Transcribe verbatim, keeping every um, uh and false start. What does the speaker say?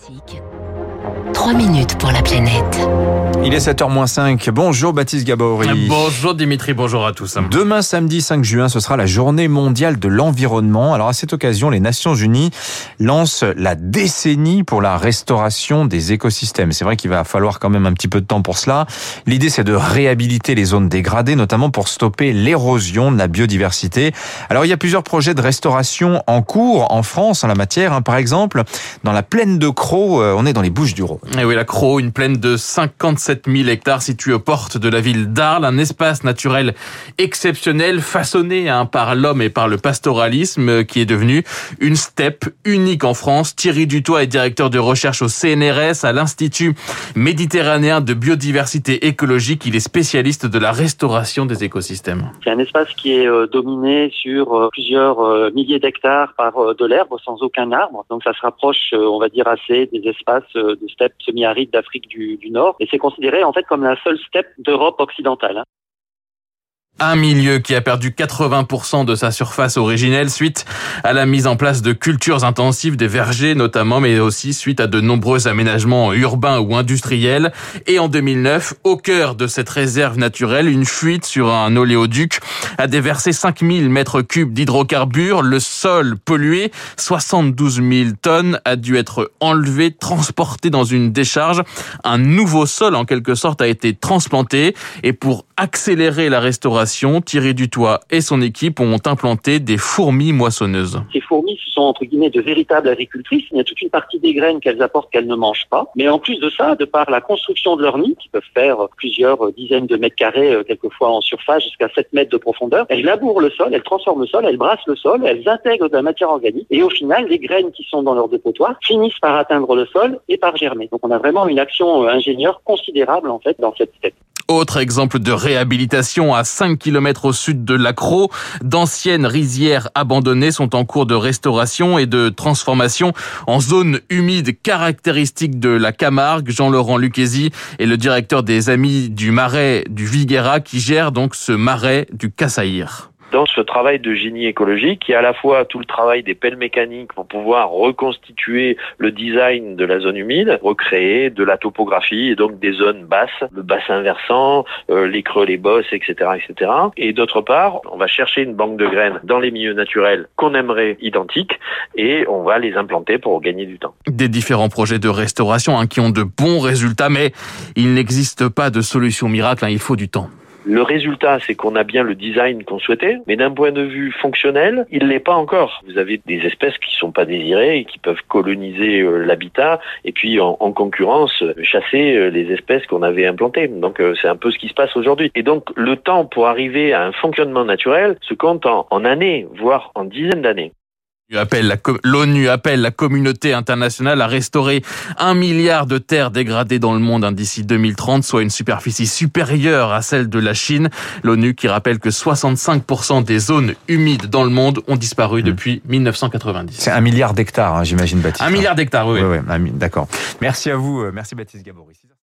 Classique. Trois minutes pour la planète. Il est sept heures moins cinq. Bonjour Baptiste Gabory. Bonjour Dimitri, bonjour à tous. Demain samedi cinq juin, ce sera la journée mondiale de l'environnement. Alors à cette occasion, les Nations Unies lancent la décennie pour la restauration des écosystèmes. C'est vrai qu'il va falloir quand même un petit peu de temps pour cela. L'idée, c'est de réhabiliter les zones dégradées, notamment pour stopper l'érosion de la biodiversité. Alors il y a plusieurs projets de restauration en cours en France en la matière. Par exemple, dans la plaine de Crau, on est dans les Bouches-du-Rhône. Et oui, la Crau, une plaine de cinquante-sept mille hectares située aux portes de la ville d'Arles, un espace naturel exceptionnel façonné hein, par l'homme et par le pastoralisme qui est devenu une steppe unique en France. Thierry Dutoit est directeur de recherche au C N R S, à l'Institut méditerranéen de biodiversité écologique. Il est spécialiste de la restauration des écosystèmes. C'est un espace qui est euh, dominé sur euh, plusieurs euh, milliers d'hectares par euh, de l'herbe sans aucun arbre. Donc ça se rapproche, euh, on va dire, assez des espaces euh, de steppe semi-aride d'Afrique du, du Nord. Et c'est considéré en fait comme la seule steppe d'Europe occidentale. Un milieu qui a perdu quatre-vingts pour cent de sa surface originelle suite à la mise en place de cultures intensives, des vergers notamment, mais aussi suite à de nombreux aménagements urbains ou industriels. Et en deux mille neuf, au cœur de cette réserve naturelle, une fuite sur un oléoduc a déversé cinq mille mètres cubes d'hydrocarbures. Le sol pollué, soixante-douze mille tonnes, a dû être enlevé, transporté dans une décharge. Un nouveau sol, en quelque sorte, a été transplanté. Et pour accélérer la restauration, Thierry Dutoit et son équipe ont implanté des fourmis moissonneuses. Ces fourmis, ce sont entre guillemets de véritables agricultrices. Il y a toute une partie des graines qu'elles apportent qu'elles ne mangent pas. Mais en plus de ça, de par la construction de leurs nids, qui peuvent faire plusieurs dizaines de mètres carrés, quelquefois en surface, jusqu'à sept mètres de profondeur, elles labourent le sol, elles transforment le sol, elles brassent le sol, elles intègrent de la matière organique. Et au final, les graines qui sont dans leur dépotoir finissent par atteindre le sol et par germer. Donc on a vraiment une action ingénieure considérable en fait dans cette steppe. Autre exemple de réhabilitation à cinq kilomètres au sud de la Crau. D'anciennes rizières abandonnées sont en cours de restauration et de transformation en zone humide caractéristique de la Camargue. Jean-Laurent Lucchesi est le directeur des Amis du Marais du Viguera qui gère donc ce marais du Cassaïr. Dans ce travail de génie écologique, il y a à la fois tout le travail des pelles mécaniques pour pouvoir reconstituer le design de la zone humide, recréer de la topographie et donc des zones basses, le bassin versant, euh, les creux, les bosses, et cetera, et cetera. Et d'autre part, on va chercher une banque de graines dans les milieux naturels qu'on aimerait identiques et on va les implanter pour gagner du temps. Des différents projets de restauration hein, qui ont de bons résultats, mais il n'existe pas de solution miracle, hein, il faut du temps. Le résultat, c'est qu'on a bien le design qu'on souhaitait, mais d'un point de vue fonctionnel, il l'est pas encore. Vous avez des espèces qui sont pas désirées et qui peuvent coloniser euh, l'habitat et puis en, en concurrence chasser euh, les espèces qu'on avait implantées. Donc euh, c'est un peu ce qui se passe aujourd'hui. Et donc le temps pour arriver à un fonctionnement naturel se compte en, en années, voire en dizaines d'années. L'ONU appelle la communauté internationale à restaurer un milliard de terres dégradées dans le monde d'ici deux mille trente, soit une superficie supérieure à celle de la Chine. L'ONU qui rappelle que soixante-cinq pour cent des zones humides dans le monde ont disparu depuis mille neuf cent quatre-vingt-dix. C'est un milliard d'hectares, hein, j'imagine, Baptiste. Un milliard d'hectares, oui. Oui, oui, d'accord. Merci à vous, merci Baptiste Gabory.